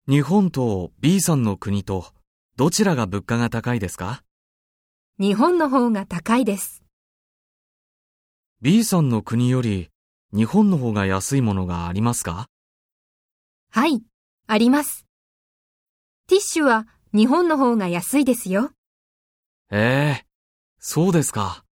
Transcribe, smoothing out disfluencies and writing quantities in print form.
日本と B さんの国とどちらが物価が高いですか？ 日本の方が高いです。 B さんの国より日本の方が安いものがありますか？ はい、あります。ティッシュは日本の方が安いですよ。 そうですか。